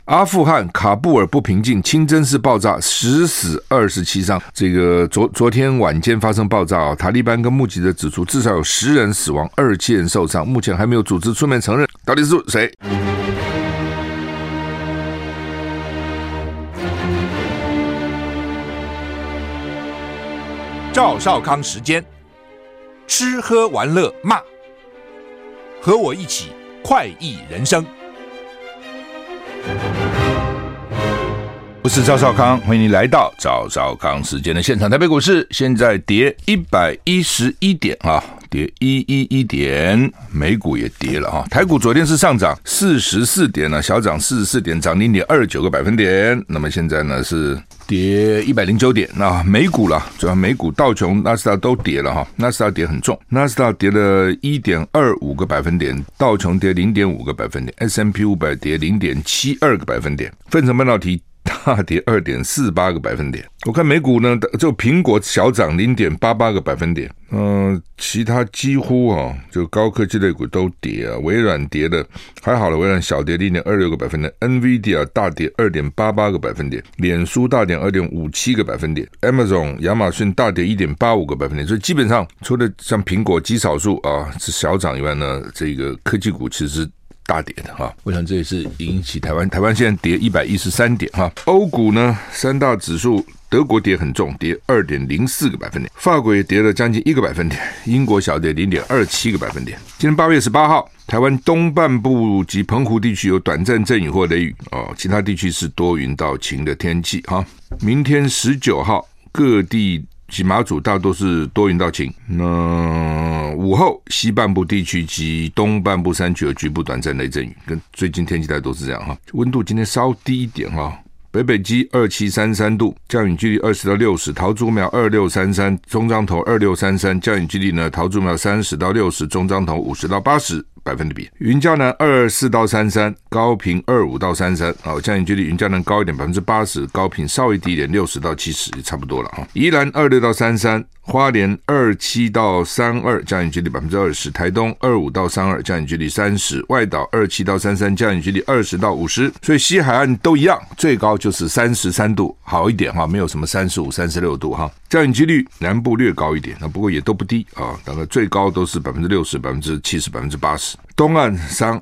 阿富汗卡布尔不平静，清真寺爆炸，10死27伤。这个昨天晚间发生爆炸塔利班跟目击者指出，至少有10人死亡，27人受伤，目前还没有组织出面承认到底是谁。 赵少康时间，吃喝玩乐骂，和我一起快意人生。 我是赵少康，欢迎你来到赵少康时间的现场。台北股市现在跌111点啊，跌111点，美股也跌了啊。台股昨天是上涨44点啊，小涨44点，涨0.29个百分点。那么现在呢是跌109点。那美股啦，主要美股道琼、纳斯达都跌了哈，纳斯达跌很重，纳斯达跌了1.25个百分点，道琼跌0.5个百分点 ，S&P 500跌0.72个百分点，费城半导体大跌2.48个百分点。我看美股呢，就苹果小涨0.88个百分点，其他几乎就高科技类股都跌啊，微软跌的还好了，微软小跌0.26个百分点 ，NVIDIA 大跌2.88个百分点，脸书大跌2.57个百分点 ，Amazon 亚马逊大跌1.85个百分点，所以基本上除了像苹果极少数是小涨以外呢，这个科技股其实是大跌的哈，我想这也是引起台湾现在跌113点哈。欧股呢，三大指数，德国跌很重，跌2.04个百分点，法国也跌了将近1个百分点，英国小跌0.27个百分点。今天8月18号，台湾东半部及澎湖地区有短暂阵雨或雷雨其他地区是多云到晴的天气哈。明天19号，各地及马祖大多是多云到晴，那午后西半部地区及东半部山区有局部短暂雷阵雨，跟最近天气大概都是这样哈。温度今天稍低一点哈，北基2733度，降雨几率20到60，桃竹苗2633，中彰投2633，降雨几率呢，桃竹苗30到60，中彰投50到80百分比。云嘉南24到33，高屏25到33，降雨几率云嘉南高一点80%，高屏稍微低一点60到70，也差不多了哈。宜兰26到33，花莲27到32，降雨几率20%，台东25到32，降雨几率30%，外岛27到33，降雨几率20到50，所以西海岸都一样，最高就是33度，好一点哈，没有什么35、36度哈。降雨几率南部略高一点，不过也都不低大概最高都是60%、70%、80%。东岸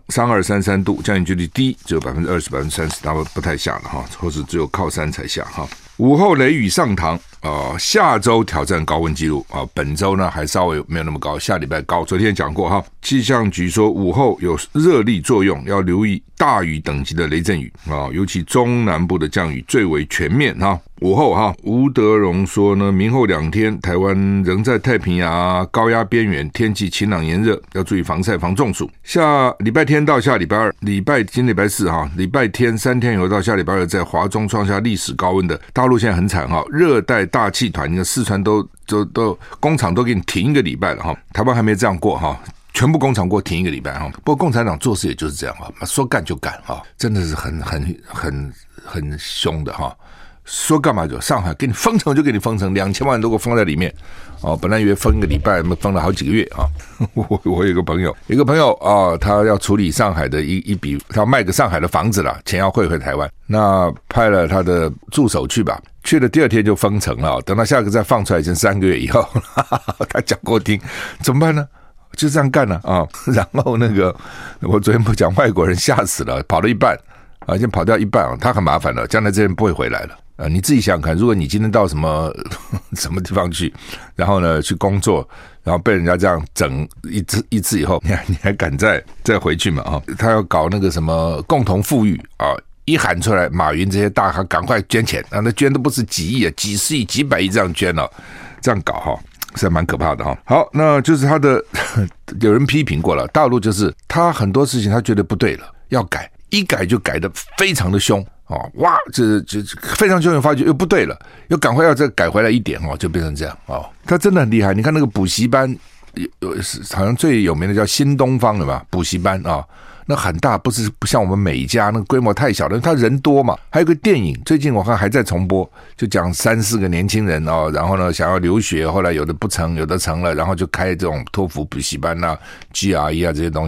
32、33度，降雨几率低，只有20%、30%，大概不太下了哈，或是只有靠山才下哈。午后雷雨上堂下周挑战高温纪录本周呢还稍微没有那么高，下礼拜高。昨天讲过哈，气象局说午后有热力作用，要留意大雨等级的雷阵雨尤其中南部的降雨最为全面哈。午后吴德荣说呢，明后2天台湾仍在太平洋高压边缘，天气晴朗炎热，要注意防晒防中暑。下礼拜天到下礼拜二，今礼拜4礼拜天3天以后到下礼拜二，在华中创下历史高温的大陆现在很惨热带大气团，你看四川都工厂都给你停1个礼拜了台湾还没这样过全部工厂给我停1个礼拜不过共产党做事也就是这样说干就干真的是很凶的说干嘛就上海给你封城就给你封城，2000万都给我封在里面本来以为封1个礼拜，封了好几个月我有一个朋友他要处理上海的一笔，他要卖个上海的房子了，钱要汇回台湾，那派了他的助手去吧，去了第2天就封城了，等到下个再放出来已经3个月以后他讲给我听怎么办呢？就这样干了然后我昨天不讲外国人吓死了，跑了一半已经跑掉一半他很麻烦了，将来这人不会回来了你自己想想看，如果你今天到什么地方去，然后呢去工作，然后被人家这样整一次以后，你还敢再回去吗他要搞那个什么共同富裕一喊出来，马云这些大咖赶快捐钱那捐都不是几亿几十亿、几百亿这样捐这样搞是蛮可怕的好，那就是他的有人批评过了，大陆就是他很多事情他觉得不对了，要改，一改就改得非常的凶哇，这非常凶，发觉又不对了，又赶快要再改回来一点就变成这样他真的很厉害。你看那个补习班，好像最有名的叫新东方的嘛，补习班那很大，不像我们每一家那个规模太小了，因为他人多嘛。还有个电影，最近我看还在重播，就讲3-4个年轻人然后呢想要留学，后来有的不成，有的成了，然后就开这种托福补习班GRE这些东西。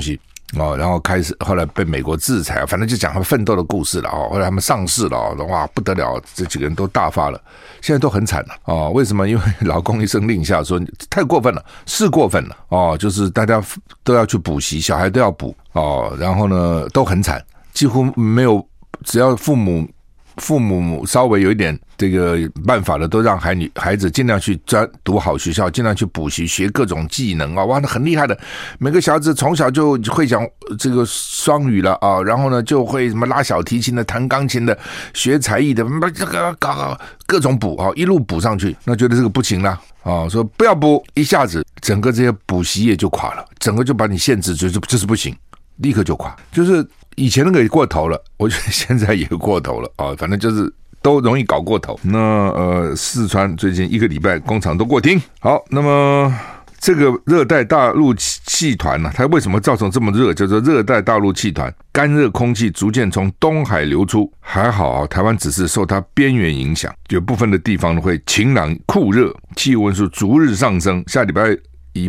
然后开始后来被美国制裁，反正就讲他们奋斗的故事了后来他们上市了哇不得了，这几个人都大发了，现在都很惨了为什么？因为老公一声令下说太过分了，是过分了就是大家都要去补习，小孩都要补然后呢都很惨，几乎没有，只要父母稍微有一点这个办法的，都让孩子尽量去读好学校，尽量去补习，学各种技能哇，那很厉害的。每个小孩子从小就会讲这个双语了然后呢就会什么拉小提琴的、弹钢琴的、学才艺的，这个各种补一路补上去。那觉得这个不行了说不要补，一下子整个这些补习业就垮了，整个就把你限制，就是不行，立刻就垮，就是以前那个也过头了，我觉得现在也过头了反正就是都容易搞过头。那四川最近1个礼拜工厂都过停。好，那么这个热带大陆气团呢，它为什么造成这么热？叫做热带大陆气团，干热空气逐渐从东海流出，还好台湾只是受它边缘影响，有部分的地方会晴朗酷热，气温是逐日上升，下礼拜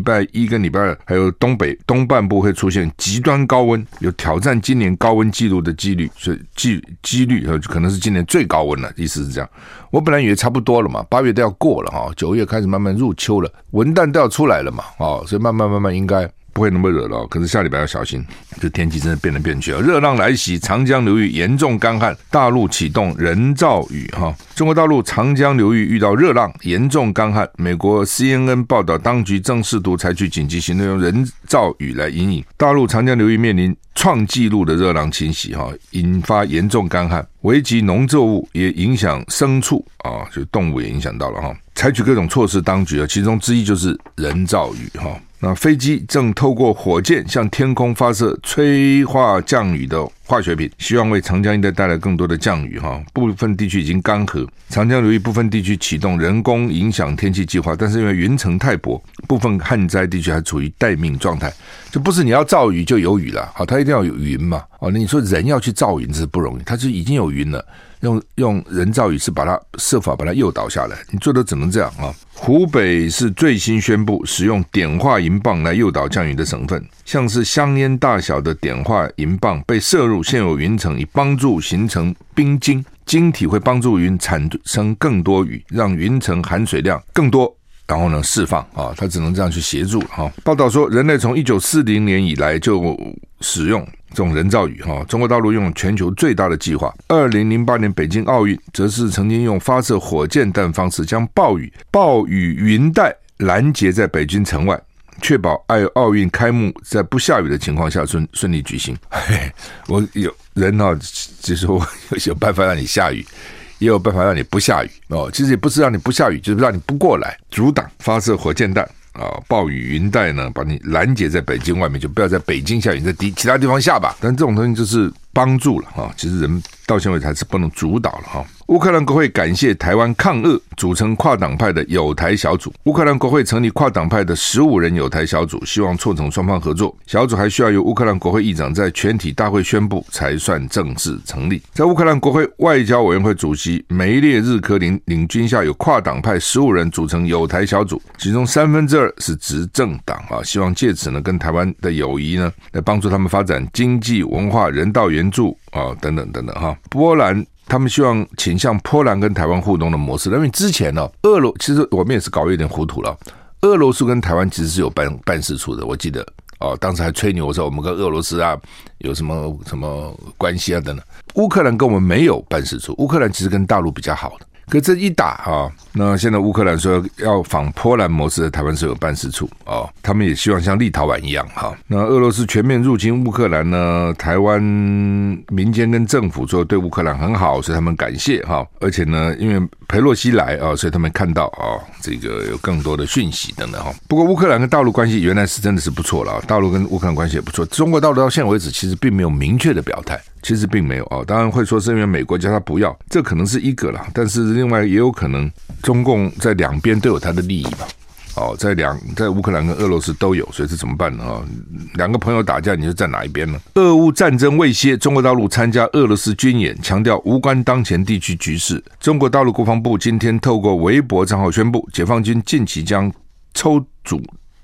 1跟礼拜2还有东半部会出现极端高温，有挑战今年高温纪录的几率，所以几率可能是今年最高温了，意思是这样。我本来以为差不多了嘛，8月都要过了9月开始慢慢入秋了，文旦都要出来了嘛所以慢慢应该不会那么热了可是下礼拜要小心，这天气真的变来变去热浪来袭，长江流域严重干旱，大陆启动人造雨中国大陆长江流域遇到热浪，严重干旱。美国 CNN 报道，当局正试图采取紧急行动，用人造雨来因应大陆长江流域面临创纪录的热浪侵袭引发严重干旱，危及农作物，也影响牲畜就动物也影响到了采取各种措施当局其中之一就是人造雨那飞机正透过火箭向天空发射催化降雨的化学品，希望为长江一带带来更多的降雨部分地区已经干涸，长江流域部分地区启动人工影响天气计划，但是因为云层太薄，部分旱灾地区还处于待命状态，就不是你要造雨就有雨了它一定要有云嘛你说人要去造云这是不容易，它就已经有云了，用人造雨是把它设法把它诱导下来，你最多只能这样湖北是最新宣布使用碘化银棒来诱导降雨的省份，像是香烟大小的碘化银棒被射入现有云层，以帮助形成冰晶，晶体会帮助云产生更多雨，让云层含水量更多，然后呢释放它只能这样去协助报道说，人类从1940年以来就使用这种人造雨中国大陆用全球最大的计划，2008年北京奥运则是曾经用发射火箭弹方式将暴雨云带拦截在北京城外，确保奥运开幕在不下雨的情况下顺利举行。我有人其实我有办法让你下雨，也有办法让你不下雨其实也不是让你不下雨，就是让你不过来，阻挡发射火箭弹暴雨云带呢把你拦截在北京外面，就不要在北京下雨，在其他地方下吧。但这种东西就是帮助了其实人到现在为止还是不能主导了乌克兰国会感谢台湾抗俄，组成跨党派的友台小组。乌克兰国会成立跨党派的15人友台小组，希望促成双方合作。小组还需要由乌克兰国会议长在全体大会宣布才算正式成立。在乌克兰国会外交委员会主席梅列日科领军下，有跨党派15人组成友台小组，其中2/3是执政党希望借此呢跟台湾的友谊呢来帮助他们发展经济、文化、人道援助等等波兰他们希望倾向波兰跟台湾互动的模式，因为之前其实我们也是搞有点糊涂了，俄罗斯跟台湾其实是有办事处的，我记得当时还吹牛说我们跟俄罗斯有什么关系等等。乌克兰跟我们没有办事处，乌克兰其实跟大陆比较好的，可这一打那现在乌克兰说要仿波兰模式的台湾是有办事处他们也希望像立陶宛一样那俄罗斯全面入侵乌克兰呢，台湾民间跟政府说对乌克兰很好，所以他们感谢而且呢因为裴洛西来所以他们看到这个有更多的讯息等等不过乌克兰跟大陆关系原来是真的是不错了大陆跟乌克兰关系也不错，中国大陆到现在为止其实并没有明确的表态，其实并没有当然会说是因为美国叫他不要，这可能是一个啦，但是另外也有可能中共在两边都有他的利益嘛在乌克兰跟俄罗斯都有，所以这怎么办呢两个朋友打架，你就站哪一边呢？俄乌战争未歇，中国大陆参加俄罗斯军演，强调无关当前地区局势。中国大陆国防部今天透过微博账号宣布，解放军近期将抽组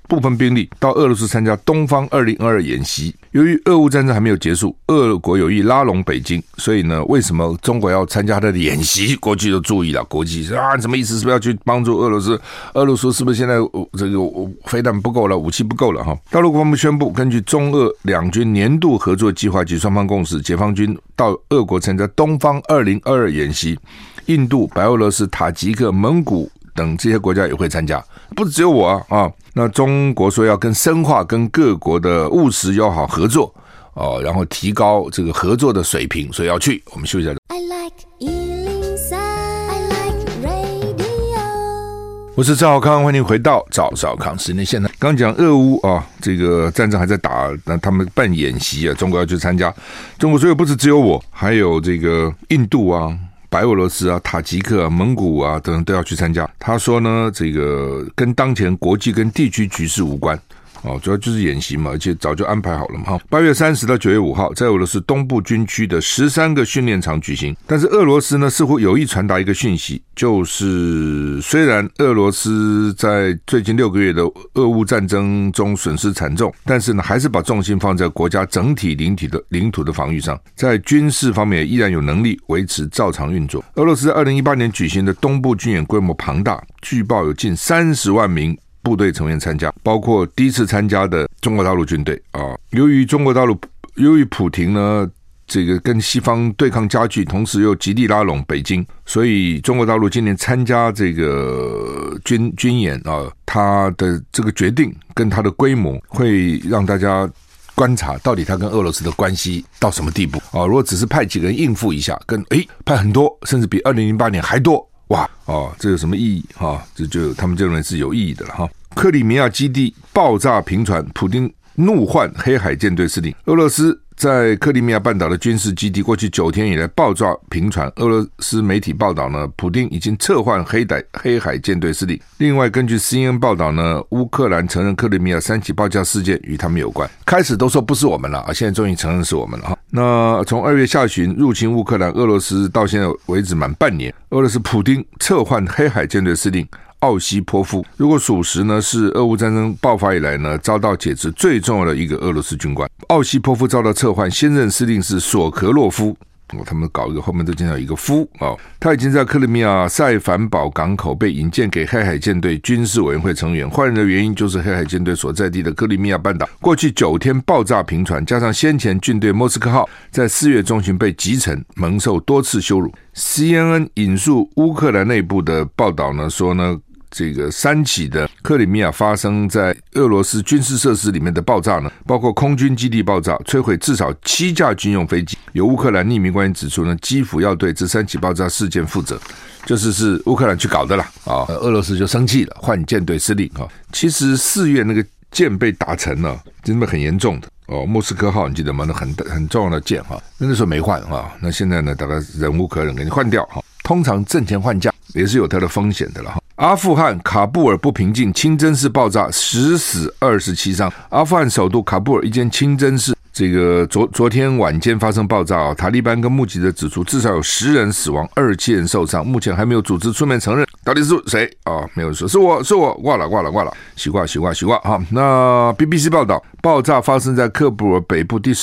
部分兵力到俄罗斯参加东方2022演习。由于俄乌战争还没有结束，俄国有意拉拢北京，所以呢，为什么中国要参加他的演习？国际都注意了，国际什么意思？是不是要去帮助俄罗斯？俄罗斯是不是现在这个飞弹不够了，武器不够了？大陆国防部宣布，根据中俄两军年度合作计划及双方共识，解放军到俄国参加东方2022演习，印度、白俄罗斯、塔吉克、蒙古等这些国家也会参加，不是只有我啊。那中国说要深化跟各国的务实友好合作然后提高这个合作的水平，所以要去。我们休息一下。I like 103, I like radio。 我是赵少康，欢迎回到赵少康时间现场。刚讲俄乌这个战争还在打，那他们办演习中国要去参加。中国说不是只有我，还有这个印度白俄罗斯塔吉克蒙古等都要去参加。他说呢，这个跟当前国际跟地区局势无关主要就是演习嘛，而且早就安排好了嘛。8月30到9月5号，在俄罗斯东部军区的13个训练场举行。但是俄罗斯呢，似乎有意传达一个讯息，就是虽然俄罗斯在最近6个月的俄乌战争中损失惨重，但是呢，还是把重心放在国家整体领土的防御上，在军事方面也依然有能力维持照常运作。俄罗斯在2018年举行的东部军演规模庞大，据报有近30万名部队成员参加，包括第一次参加的中国大陆军队由于普亭呢这个跟西方对抗加剧，同时又极力拉拢北京，所以中国大陆今年参加这个军演他的这个决定跟他的规模会让大家观察到底他跟俄罗斯的关系到什么地步如果只是派几个人应付一下，跟派很多，甚至比2008年还多，哇这有什么意义这就他们认为是有意义的了克里米亚基地爆炸频传，普丁怒唤黑海舰队司令。俄罗斯在克里米亚半岛的军事基地过去9天以来爆炸频传，俄罗斯媒体报道呢，普丁已经撤换黑海舰队司令。另外，根据 CNN 报道呢，乌克兰承认克里米亚3起爆炸事件与他们有关。开始都说不是我们了现在终于承认是我们了那从2月下旬入侵乌克兰，俄罗斯到现在为止满半年，俄罗斯普丁撤换黑海舰队司令奥西波夫，如果属实呢，是俄乌战争爆发以来呢遭到解职最重要的一个俄罗斯军官。奥西波夫遭到撤换，现任司令是索科洛夫他们搞一个后面都经常有一个夫他已经在克里米亚塞凡堡港口被引荐给黑海舰队军事委员会成员，换人的原因就是黑海舰队所在地的克里米亚半岛过去9天爆炸频传，加上先前军队莫斯科号在4月中旬被击沉，蒙受多次羞辱。 CNN 引述乌克兰内部的报道呢说呢，这个3起的克里米亚发生在俄罗斯军事设施里面的爆炸呢，包括空军基地爆炸，摧毁至少7架军用飞机。有乌克兰匿名官员指出呢，基辅要对这3起爆炸事件负责，就是乌克兰去搞的啦俄罗斯就生气了，换舰队司令其实4月那个舰被打沉了，真的很严重的莫斯科号你记得吗？那很重要的舰那时候没换那现在呢，大概忍无可忍，给你换掉通常挣钱换价也是有它的风险的了阿富汗喀布尔不平静，清真寺爆炸10死27伤。阿富汗首都喀布尔一间清真寺这个昨天晚间发生爆炸塔利班跟目击者指出，至少有10人死亡，27人受伤，目前还没有组织出面承认到底是谁没有说是我挂了，习惯那 BBC 报道，爆炸发生在喀布尔北部第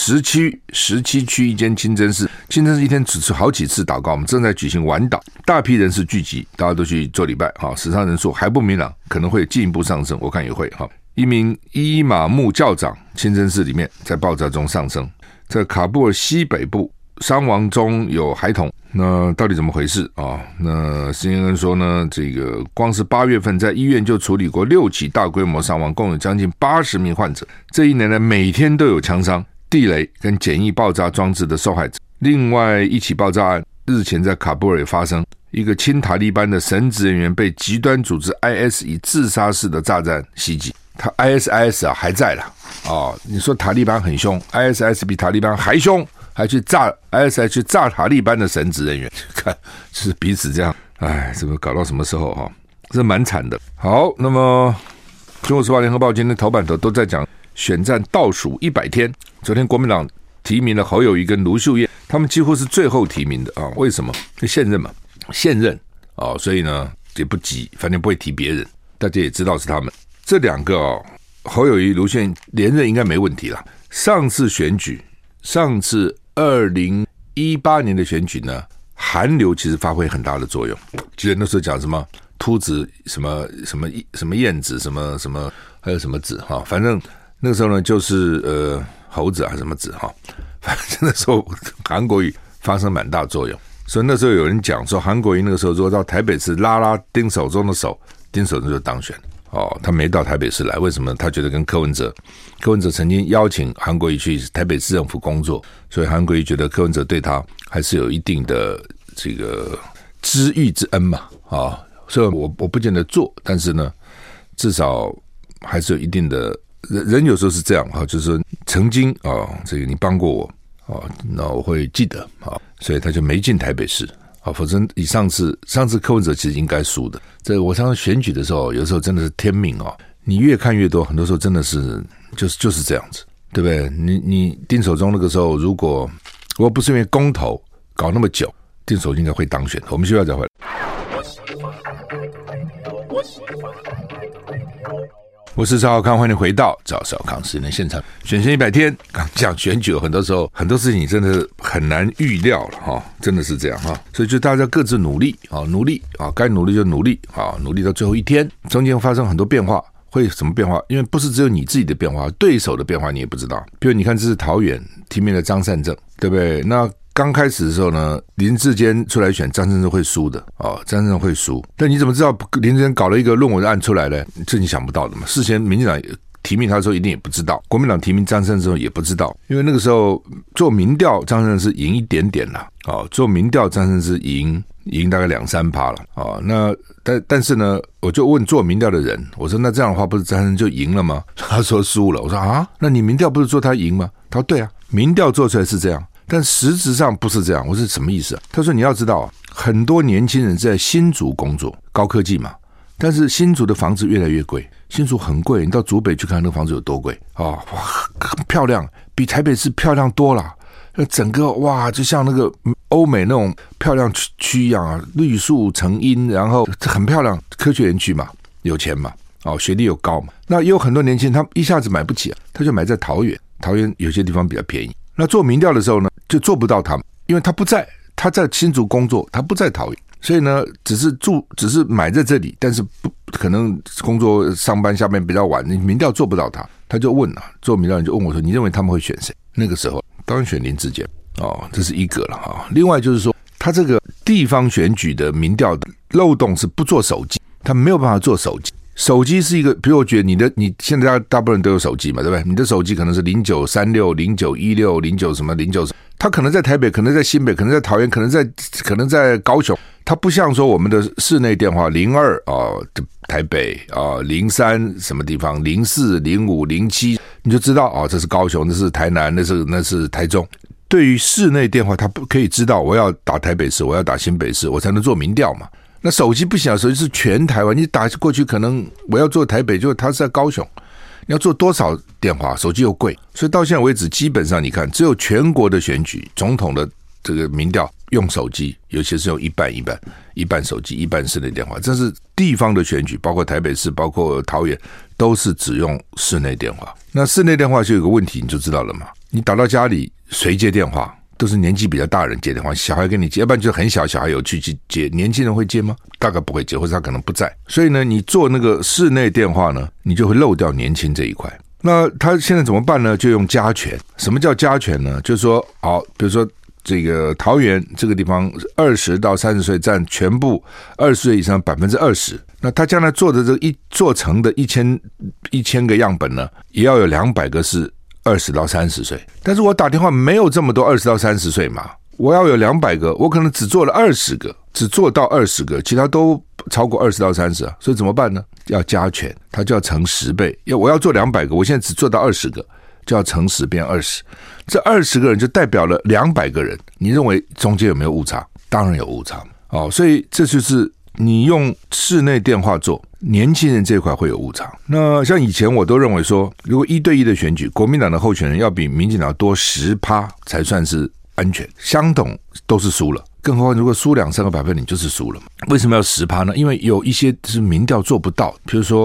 17区一间清真寺，清真寺一天只吃好几次祷告，我们正在举行晚祷，大批人士聚集，大家都去做礼拜死伤人数还不明朗，可能会进一步上升，我看也会一名伊玛目教长清真寺里面在爆炸中丧生。在喀布尔西北部伤亡中有孩童，那到底怎么回事那 CNN 说呢，这个光是8月份在医院就处理过6起大规模伤亡，共有将近80名患者。这一年来每天都有枪伤、地雷跟简易爆炸装置的受害者。另外一起爆炸案日前在喀布尔也发生，一个亲塔利班的神职人员被极端组织 IS 以自杀式的炸弹袭击。他 IS 还在了你说塔利班很凶， IS 比塔利班还凶，还去炸 IS 还去炸塔利班的神职人员，看就是彼此这样，怎么搞到什么时候这蛮惨的。好，那么中国时报联合报今天头版头都在讲选战倒数100天，昨天国民党提名了侯友宜跟卢秀燕，他们几乎是最后提名的为什么？现任嘛，所以呢也不急，反正不会提别人，大家也知道是他们。这两个侯友宜、卢秀燕连任应该没问题了。上次2018年的选举呢，韩流其实发挥很大的作用。记得那时候讲什么秃子、什么燕子、什么还有什么子哈，反正那个时候呢就是猴子还是什么子哈，反正那时候韩国瑜发生蛮大作用。所以那时候有人讲说，韩国瑜那个时候如果到台北市拉丁守中的手，丁守中就当选他没到台北市来，为什么？他觉得跟柯文哲曾经邀请韩国瑜去台北市政府工作，所以韩国瑜觉得柯文哲对他还是有一定的这个知遇之恩嘛所以我不见得做，但是呢，至少还是有一定的人有时候是这样就是说曾经这个你帮过我那我会记得所以他就没进台北市否则以上次柯文哲其实应该输的。这我常常选举的时候，有时候真的是天命你越看越多，很多时候真的是就是这样子，对不对？你丁守中那个时候，如果不是因为公投搞那么久，丁守中应该会当选。我们需要再回来。我是赵少康，欢迎回到赵少康时间现场。选前100天，刚讲选举，很多时候很多事情真的很难预料了真的是这样所以就大家各自努力该努力就努力努力到最后一天，中间发生很多变化。会什么变化？因为不是只有你自己的变化，对手的变化你也不知道。比如你看，这是桃园提名了张善政，对不对？那刚开始的时候呢，林智坚出来选，张善政会输的张善政会输。但你怎么知道林智坚搞了一个论文案出来呢？这你想不到的嘛。事先民进党提名他的时候一定也不知道，国民党提名张善政的时候也不知道，因为那个时候做民调张善政是赢一点点啦做民调张善政是赢大概2-3%了那但是呢，我就问做民调的人，我说那这样的话不是张善政就赢了吗？他说输了。我说那你民调不是说他赢吗？他说对啊，民调做出来是这样，但实质上不是这样。我说什么意思他说你要知道很多年轻人在新竹工作，高科技嘛，但是新竹的房子越来越贵，新竹很贵，你到竹北去看那个房子有多贵很漂亮，比台北市漂亮多了。整个就像那个欧美那种漂亮区一样绿树成荫，然后很漂亮，科学园区嘛，有钱嘛学历又高嘛。那也有很多年轻人他一下子买不起他就买在桃园有些地方比较便宜。那做民调的时候呢，就做不到他们，因为他在新竹工作，他不在桃园，所以呢只是买在这里，但是不可能工作上班下班比较晚，你民调做不到他就问做民调人就问我说，你认为他们会选谁？那个时候当然选林智坚这是一个了另外就是说，他这个地方选举的民调的漏洞是不做手机，他没有办法做手机。手机是一个，比如我觉得你现在大部分人都有手机嘛，对不对？你的手机可能是0936、0916、09什么09，他可能在台北，可能在新北，可能在桃园，可能在高雄。它不像说我们的室内电话02台北03什么地方04、05、07，你就知道这是高雄，那是台南，那是台中。对于室内电话，它不可以知道我要打台北市，我要打新北市，我才能做民调嘛。那手机不行手机是全台湾，你打过去可能我要做台北，就它是在高雄，你要做多少电话，手机又贵，所以到现在为止，基本上你看，只有全国的选举总统的这个民调用手机，尤其是用一半手机，一半室内电话。这是地方的选举，包括台北市，包括桃园，都是只用室内电话。那室内电话就有个问题，你就知道了嘛。你打到家里，谁接电话？都是年纪比较大人接电话，小孩跟你接，要不然就是很小孩有去接，年轻人会接吗？大概不会接，或者他可能不在。所以呢，你做那个室内电话呢，你就会漏掉年轻这一块。那他现在怎么办呢？就用加权。什么叫加权呢？就是说，比如说这个桃园这个地方20到30岁占全部20岁以上20%，那他将来做的做成的1000个样本呢，也要有200个是20到30岁，但是我打电话没有这么多20到30岁嘛，我要有200个，我可能只做了20个，只做到20个，其他都超过20到30所以怎么办呢？要加权，它就要乘10倍，我要做200个，我现在只做到20个，就要乘10变20，这20个人就代表了200个人，你认为中间有没有误差？当然有误差所以这就是你用室内电话做，年轻人这一块会有误差。那像以前我都认为说，如果1对1的选举，国民党的候选人要比民进党多10%才算是安全，相同都是输了，更何况如果输2-3个百分点就是输了。为什么要10%呢？因为有一些是民调做不到，比如说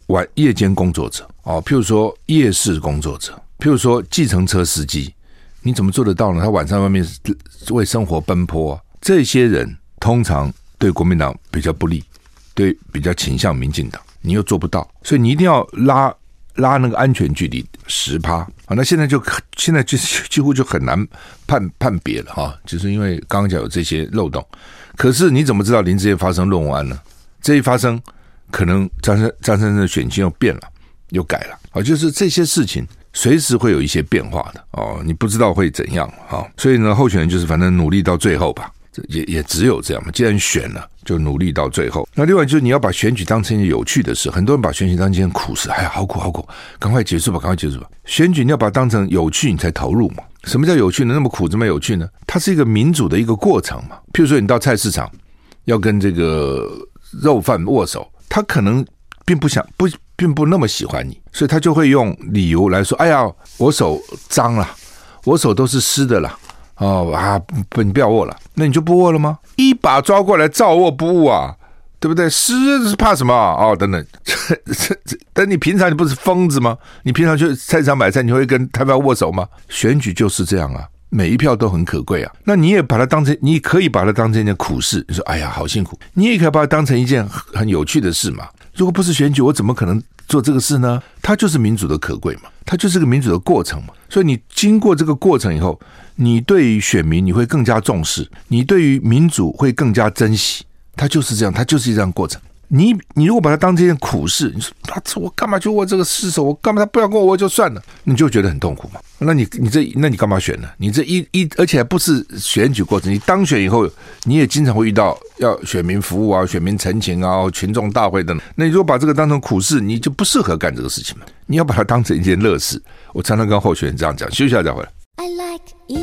夜间工作者譬如说夜市工作者，譬如说计程车司机，你怎么做得到呢？他晚上外面为生活奔波这些人通常对国民党比较不利，对比较倾向民进党，你又做不到，所以你一定要拉那个安全距离 10%。那现在就几乎就很难判别了就是因为刚刚讲有这些漏洞。可是你怎么知道林智坚发生论文案呢？这一发生，可能张先生的选情又变了，又改了就是这些事情随时会有一些变化的你不知道会怎样所以呢，候选人就是反正努力到最后吧，也只有这样嘛。既然选了，就努力到最后。那另外就是你要把选举当成一件有趣的事，很多人把选举当成一件苦事，哎呀，好苦，赶快结束吧。选举你要把它当成有趣，你才投入嘛。什么叫有趣呢？那么苦怎么有趣呢？它是一个民主的一个过程嘛。譬如说你到菜市场要跟这个肉贩握手，他可能并不那么喜欢你，所以他就会用理由来说，哎呀，我手脏了，我手都是湿的了你不要握了，那你就不握了吗？一把抓过来照握不误对不对？湿是怕什么等等但你平常你不是疯子吗？你平常去菜场买菜，你会跟摊贩握手吗？选举就是这样每一票都很可贵那你也把它当成，你可以把它当成一件苦事，你说哎呀好辛苦，你也可以把它当成一件很有趣的事嘛。如果不是选举，我怎么可能做这个事呢？它就是民主的可贵嘛，它就是个民主的过程嘛。所以你经过这个过程以后，你对于选民你会更加重视，你对于民主会更加珍惜，它就是这样，它就是这样过程。你如果把它当这件苦事，你说我干嘛去握这个尸首？我干嘛他不要跟我握就算了？你就觉得很痛苦嘛。那你干嘛选呢？你这而且还不是选举过程，你当选以后，你也经常会遇到要选民服务选民陈情群众大会等等。那你如果把这个当成苦事，你就不适合干这个事情嘛。你要把它当成一件乐事。我常常跟候选人这样讲。休息一下再回来。I like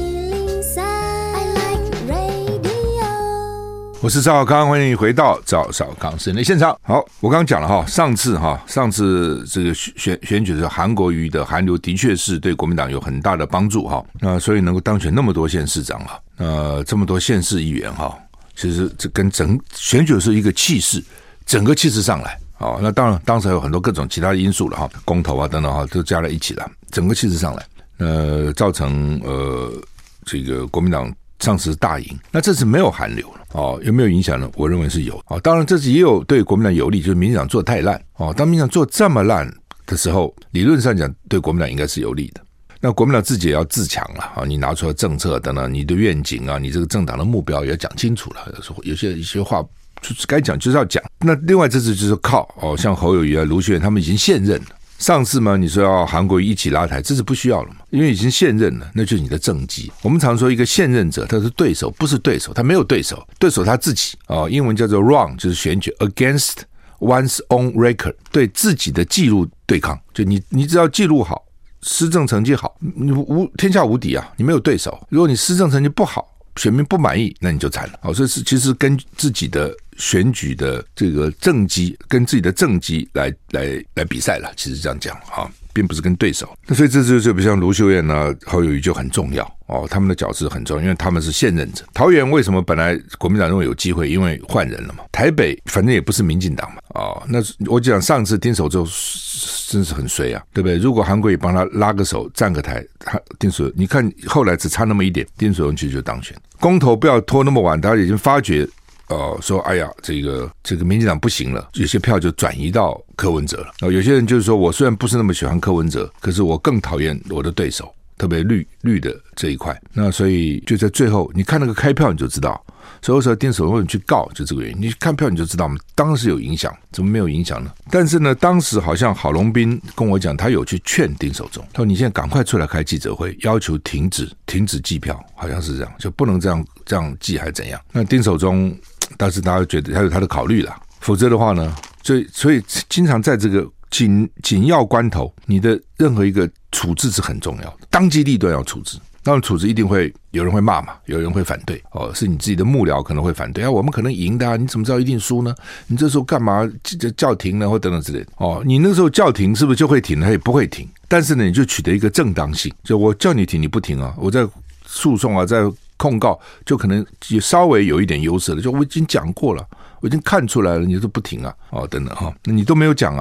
我是赵少康，欢迎你回到赵少康时间的现场。好，我刚刚讲了上次这个选举的时候，韩国瑜的韩流的确是对国民党有很大的帮助那所以能够当选那么多县市长这么多县市议员其实这跟选举是一个气势，整个气势上来那当然当时还有很多各种其他的因素了公投等等都加在一起了，整个气势上来造成这个国民党上次大赢。那这次没有韩流了有没有影响呢？我认为是有当然这次也有对国民党有利，就是民进党做得太烂当民进党做这么烂的时候，理论上讲对国民党应该是有利的。那国民党自己也要自强了你拿出来政策等等，你的愿景你这个政党的目标也要讲清楚了。有些话该讲就是要讲。那另外这次就是靠像侯友宜卢秀燕他们已经现任了。上次嘛，你说要韩国瑜一起拉台，这是不需要了嘛，因为已经现任了，那就是你的政绩。我们常说一个现任者，他是对手，不是对手，他没有对手，对手他自己英文叫做 run， 就是选举 against one's own record， 对自己的记录对抗。就你只要记录好，施政成绩好，你天下无敌你没有对手。如果你施政成绩不好，选民不满意，那你就惨了所以是其实跟自己的选举的这个政绩跟自己的政绩来比赛了，其实这样讲并不是跟对手。那所以这就比如像卢秀燕侯友宜就很重要他们的角色很重要，因为他们是现任者。桃园为什么本来国民党认为有机会，因为换人了嘛。台北反正也不是民进党嘛那我讲上次丁守中真是很衰对不对？如果韩国瑜帮他拉个手站个台，丁守中你看后来只差那么一点，丁守中其实就当选。公投不要拖那么晚，大家已经发觉说哎呀这个民进党不行了，有些票就转移到柯文哲了有些人就是说我虽然不是那么喜欢柯文哲，可是我更讨厌我的对手，特别绿的这一块。那所以就在最后你看那个开票你就知道，所以有时候丁守中去告就这个原因，你看票你就知道当时有影响，怎么没有影响呢？但是呢当时好像郝龙斌跟我讲，他有去劝丁守中，他说你现在赶快出来开记者会，要求停止计票，好像是这样，就不能这样记还是怎样。那丁守中但是大家觉得他有他的考虑啦，否则的话呢所以经常在这个紧要关头，你的任何一个处置是很重要的，当机立断要处置。当然处置一定会有人会骂嘛，有人会反对是你自己的幕僚可能会反对我们可能赢的你怎么知道一定输呢？你这时候干嘛叫停呢或等等之类的你那个时候叫停是不是就会停了？也不会停，但是呢你就取得一个正当性，就我叫你停你不停我在诉讼在控告就可能也稍微有一点优势了，就我已经讲过了，我已经看出来了，你都不停等等那你都没有讲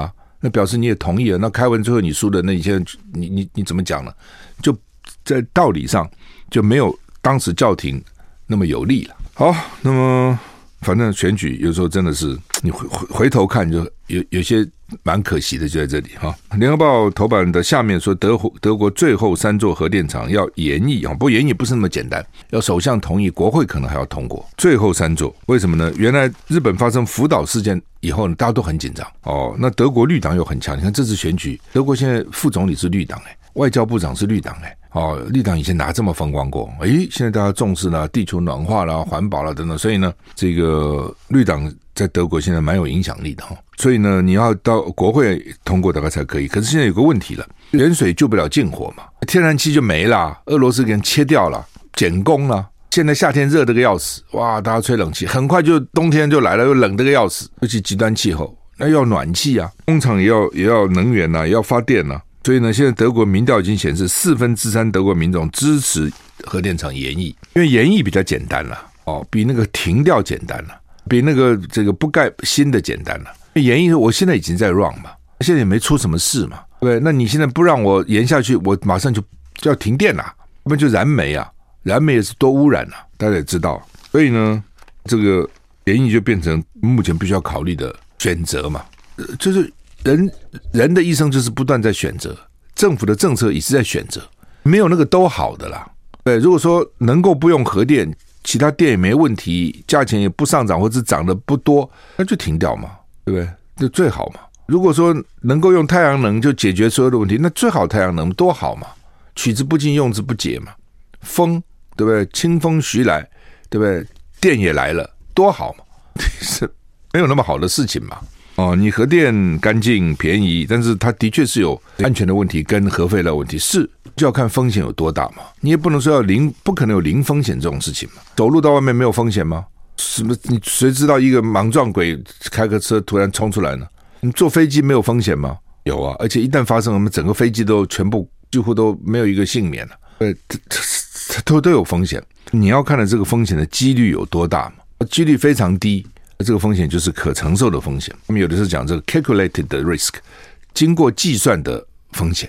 那表示你也同意了。那开完最后你输了，那你现在你怎么讲呢？就在道理上就没有当时教廷那么有利了。好，那么反正选举有时候真的是你回头看就有些蛮可惜的，就在这里哈。联合报头版的下面说德国最后3座核电厂要延役，不过延役不是那么简单，要首相同意，国会可能还要通过。最后3座为什么呢？原来日本发生福岛事件以后呢，大家都很紧张那德国绿党又很强，你看这次选举，德国现在副总理是绿党外交部长是绿党绿党以前哪这么风光过？现在大家重视了地球暖化啦、环保啦等等，所以呢，这个绿党在德国现在蛮有影响力的所以呢，你要到国会通过大概才可以。可是现在有个问题了，远水救不了近火嘛，天然气就没了，俄罗斯给人切掉了，减供了。现在夏天热得个要死，哇，大家吹冷气，很快就冬天就来了，又冷得个要死，尤其极端气候，那要暖气啊，工厂也要能源啊，也要发电啊。所以呢，现在德国民调已经显示3/4德国民众支持核电厂延役，因为延役比较简单了比那个停掉简单了，比那个这个不盖新的简单了。延役我现在已经在 run 嘛，现在也没出什么事嘛，对不对？那你现在不让我延下去，我马上就要停电了，要不然就燃煤啊，燃煤也是多污染啊，大家也知道。所以呢，这个延役就变成目前必须要考虑的选择嘛，就是人的一生就是不断在选择，政府的政策也是在选择，没有那个都好的啦。对，如果说能够不用核电，其他电也没问题，价钱也不上涨或者涨得不多，那就停掉嘛，对不对？那最好嘛。如果说能够用太阳能就解决所有的问题，那最好太阳能多好嘛，取之不尽用之不竭嘛。风，对不对？清风徐来，对不对？电也来了，多好嘛。是没有那么好的事情嘛。你核电干净便宜，但是它的确是有安全的问题跟核废料问题，是就要看风险有多大嘛。你也不能说不可能有零风险这种事情嘛。走路到外面没有风险吗？什么？你谁知道一个莽撞鬼开个车突然冲出来呢？你坐飞机没有风险吗？有啊，而且一旦发生，我们整个飞机都全部几乎都没有一个幸免了。都有风险。你要看的这个风险的几率有多大嘛？几率非常低。这个风险就是可承受的风险，我们有的是讲这个 calculated risk， 经过计算的风险。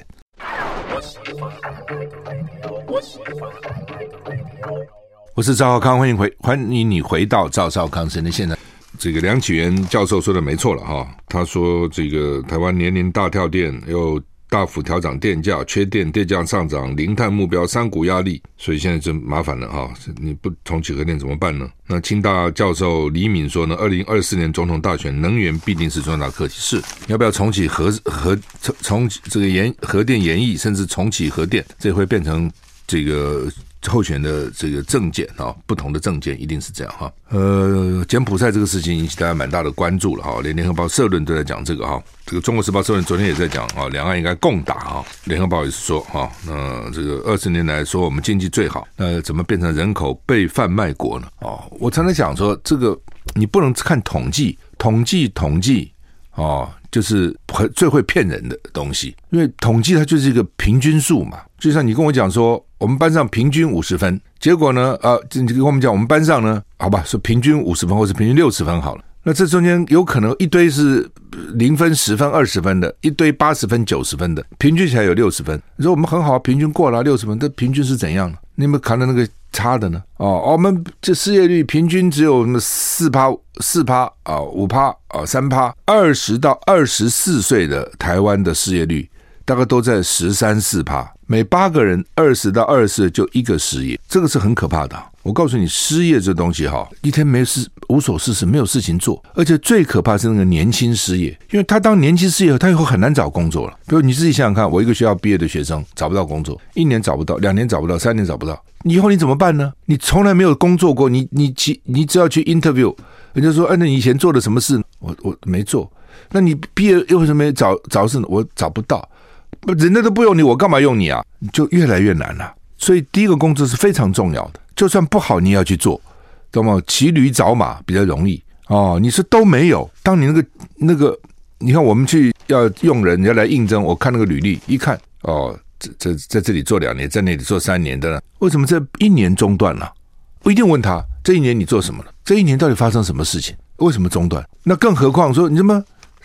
我是赵少康，欢迎你回到赵少康时间的现场。这个梁启源教授说的没错了哈，他说这个台湾年年大跳电，又大幅调涨电价，缺电，电价上涨，零碳目标，三股压力，所以现在就麻烦了哈。你不重启核电怎么办呢？那清大教授李敏说呢，2024年总统大选，能源必定是重大课题。是，要不要重启重这个核电延役，甚至重启核电，这会变成这个候选的这个政见不同的政见一定是这样哈。柬埔寨这个事情引起大家蛮大的关注了哈，连联合报社论都在讲这个哈。这个中国时报社论昨天也在讲两岸应该共打哈。联合报也是说那这个20年来说我们经济最好，怎么变成人口被贩卖国呢？我常常讲说，这个你不能看统计就是最会骗人的东西，因为统计它就是一个平均数嘛。就像你跟我讲说，我们班上平均50分，结果呢，你跟我们讲我们班上呢，好吧，说平均50分或是平均60分好了，那这中间有可能一堆是0分、10分、20分的，一堆80分、90分的，平均起来有60分。你说我们很好，平均过了60分，这平均是怎样呢？你有没有看到那个差的呢？我们这失业率平均只有4%、5%、3%。20到24岁的台湾的失业率大概都在13、4%，每8个人20到24就1个失业，这个是很可怕的。我告诉你，失业这东西一天没事，无所事事，没有事情做，而且最可怕是那个年轻失业，因为他当年轻失业他以后很难找工作了。比如你自己想想看，我一个学校毕业的学生找不到工作，1年找不到，2年找不到，3年找不到，以后你怎么办呢？你从来没有工作过，你只要去 interview， 人家说那你以前做了什么事？我没做。那你毕业又为什么没找事呢？我找不到，人家都不用你，我干嘛用你啊？就越来越难了。所以第一个工作是非常重要的，就算不好你也要去做，懂吗？骑驴找马比较容易你说都没有，当你那个，你看我们去要用人要来应征，我看那个履历一看在这里做2年，在那里做3年的，为什么这1年中断了？我一定问他，这1年你做什么了？这1年到底发生什么事情？为什么中断？那更何况说你怎么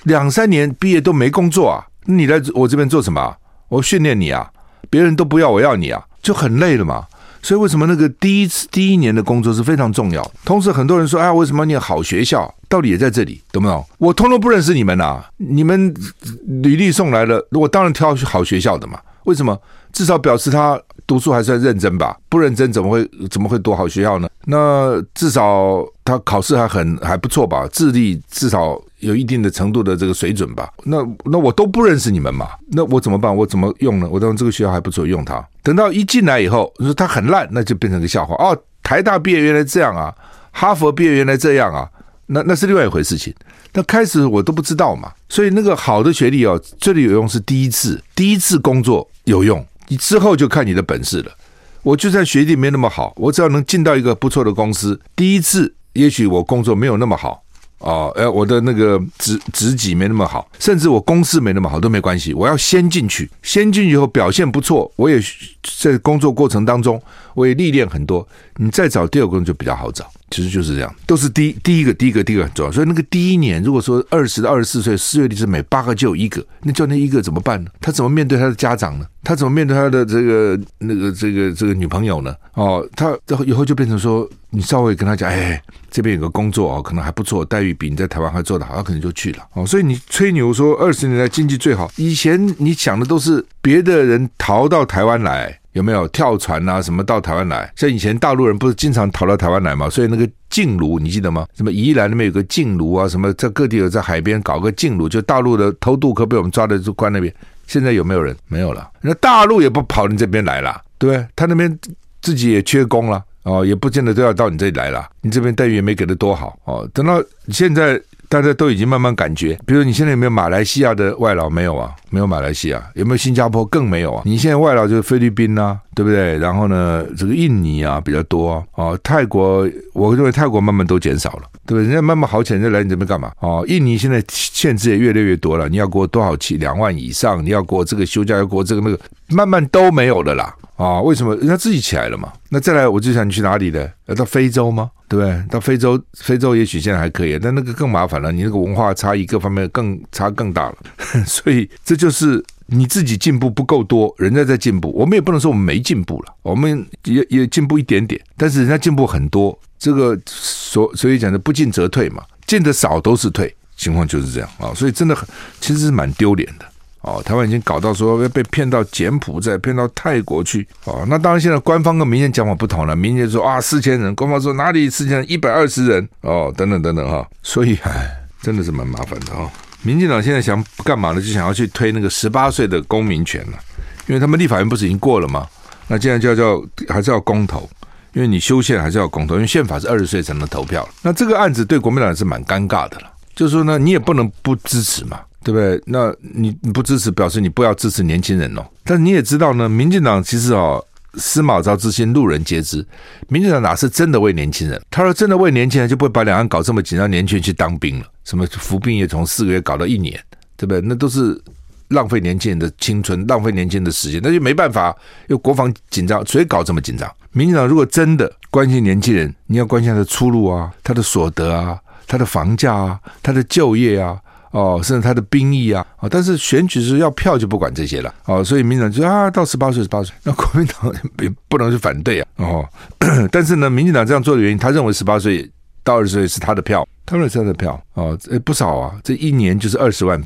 2-3年毕业都没工作啊，你来我这边做什么啊？我训练你啊，别人都不要我要你啊，就很累了嘛。所以为什么那个第一年的工作是非常重要？同时很多人说，为什么念好学校？道理也在这里，懂没有？我通通不认识你们啊，你们履历送来了，我当然挑好学校的嘛。为什么？至少表示他读书还算认真吧，不认真怎么会读好学校呢？那至少他考试还不错吧，智力至少有一定的程度的这个水准吧。那我都不认识你们嘛，那我怎么办？我怎么用呢？我当然这个学校还不错，用它。等到一进来以后，你说他很烂，那就变成个笑话。哦，台大毕业原来这样啊，哈佛毕业原来这样啊，那是另外一回事情。那开始我都不知道嘛，所以那个好的学历哦，最有用是第一次工作有用，你之后就看你的本事了。我就算学历没那么好，我只要能进到一个不错的公司，第一次也许我工作没有那么好我的那个职级没那么好，甚至我公司没那么好都没关系，我要先进去以后表现不错，我也在工作过程当中我也历练很多，你再找第二个工作就比较好找。其实就是这样，都是第一个很重要。所以那个第一年，如果说20到24岁失业率是每8个就有1个，那就那1个怎么办呢？他怎么面对他的家长呢？他怎么面对他的这个女朋友呢？他以后就变成说，你稍微跟他讲，这边有个工作可能还不错，待遇比你在台湾还做得好，他可能就去了。所以你吹牛说20年来经济最好，以前你想的都是别的人逃到台湾来。有没有跳船啊什么到台湾来？像以前大陆人不是经常逃到台湾来嘛，所以那个净炉你记得吗？什么宜兰那边有个净炉啊，什么在各地有在海边搞个净炉，就大陆的偷渡客被我们抓的就关那边。现在有没有人？没有了。那大陆也不跑你这边来了，对不对？他那边自己也缺工了也不见得都要到你这里来了。你这边待遇也没给得多好等到现在大家都已经慢慢感觉，比如你现在有没有马来西亚的外劳？没有啊，没有马来西亚。有没有新加坡？更没有啊。你现在外劳就是菲律宾啊，对不对？然后呢，这个印尼啊比较多泰国，我认为泰国慢慢都减少了，对不对？人家慢慢好起来，人家来你这边干嘛印尼现在限制也越来越多了，你要过多少期2万以上，你要过这个休假，要过这个那个，慢慢都没有了啦为什么？人家自己起来了嘛。那再来，我就想你去哪里呢？要到非洲吗？对不对？到非洲也许现在还可以，但那个更麻烦了，你那个文化差异各方面差更大了。所以这就是你自己进步不够多，人家在进步，我们也不能说我们没进步了，我们也进步一点点，但是人家进步很多，这个所以讲的不进则退嘛，进得少都是退，情况就是这样所以真的其实是蛮丢脸的。台湾已经搞到说要被骗到柬埔寨，骗到泰国去那当然现在官方跟民间讲法不同了，民间说4000人，官方说哪里4000人，120人等等所以真的是蛮麻烦的民进党现在想干嘛呢？就想要去推那个18岁的公民权了，因为他们立法院不是已经过了吗？那现在就还是要公投，因为你修宪还是要公投，因为宪法是20岁才能投票。那这个案子对国民党是蛮尴尬的了，就是说呢，你也不能不支持嘛。对不对？那你不支持，表示你不要支持年轻人但是你也知道呢，民进党其实司马昭之心，路人皆知。民进党哪是真的为年轻人？他说真的为年轻人，就不会把两岸搞这么紧，让年轻人去当兵了。什么服兵役从4个月搞到1年，对不对？那都是浪费年轻人的青春，浪费年轻人的时间，那就没办法。又国防紧张，谁搞这么紧张？民进党如果真的关心年轻人，你要关心他的出路啊，他的所得啊，他的房价啊，他的就业啊。甚至他的兵役啊，但是选举是要票就不管这些了所以民进党就到18岁，那国民党也不能去反对但是呢，民进党这样做的原因，他认为18岁到20岁是他的票，他认为是他的票不少啊，这一年就是20万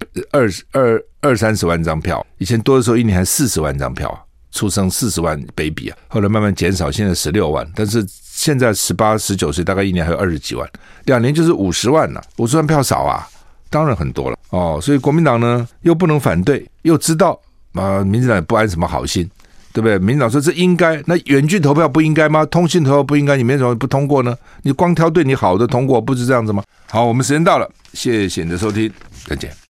20-30万张票，以前多的时候一年还40万张票出生40万 baby 后来慢慢减少，现在16万，但是现在18、19岁大概一年还有20几万，2年就是50万了，50万票少啊。当然很多了所以国民党呢又不能反对，又知道民进党也不安什么好心，对不对？民进党说这应该，那远距投票不应该吗？通信投票不应该，你为什么不通过呢？你光挑对你好的通过，不是这样子吗？好，我们时间到了，谢谢你的收听，再见。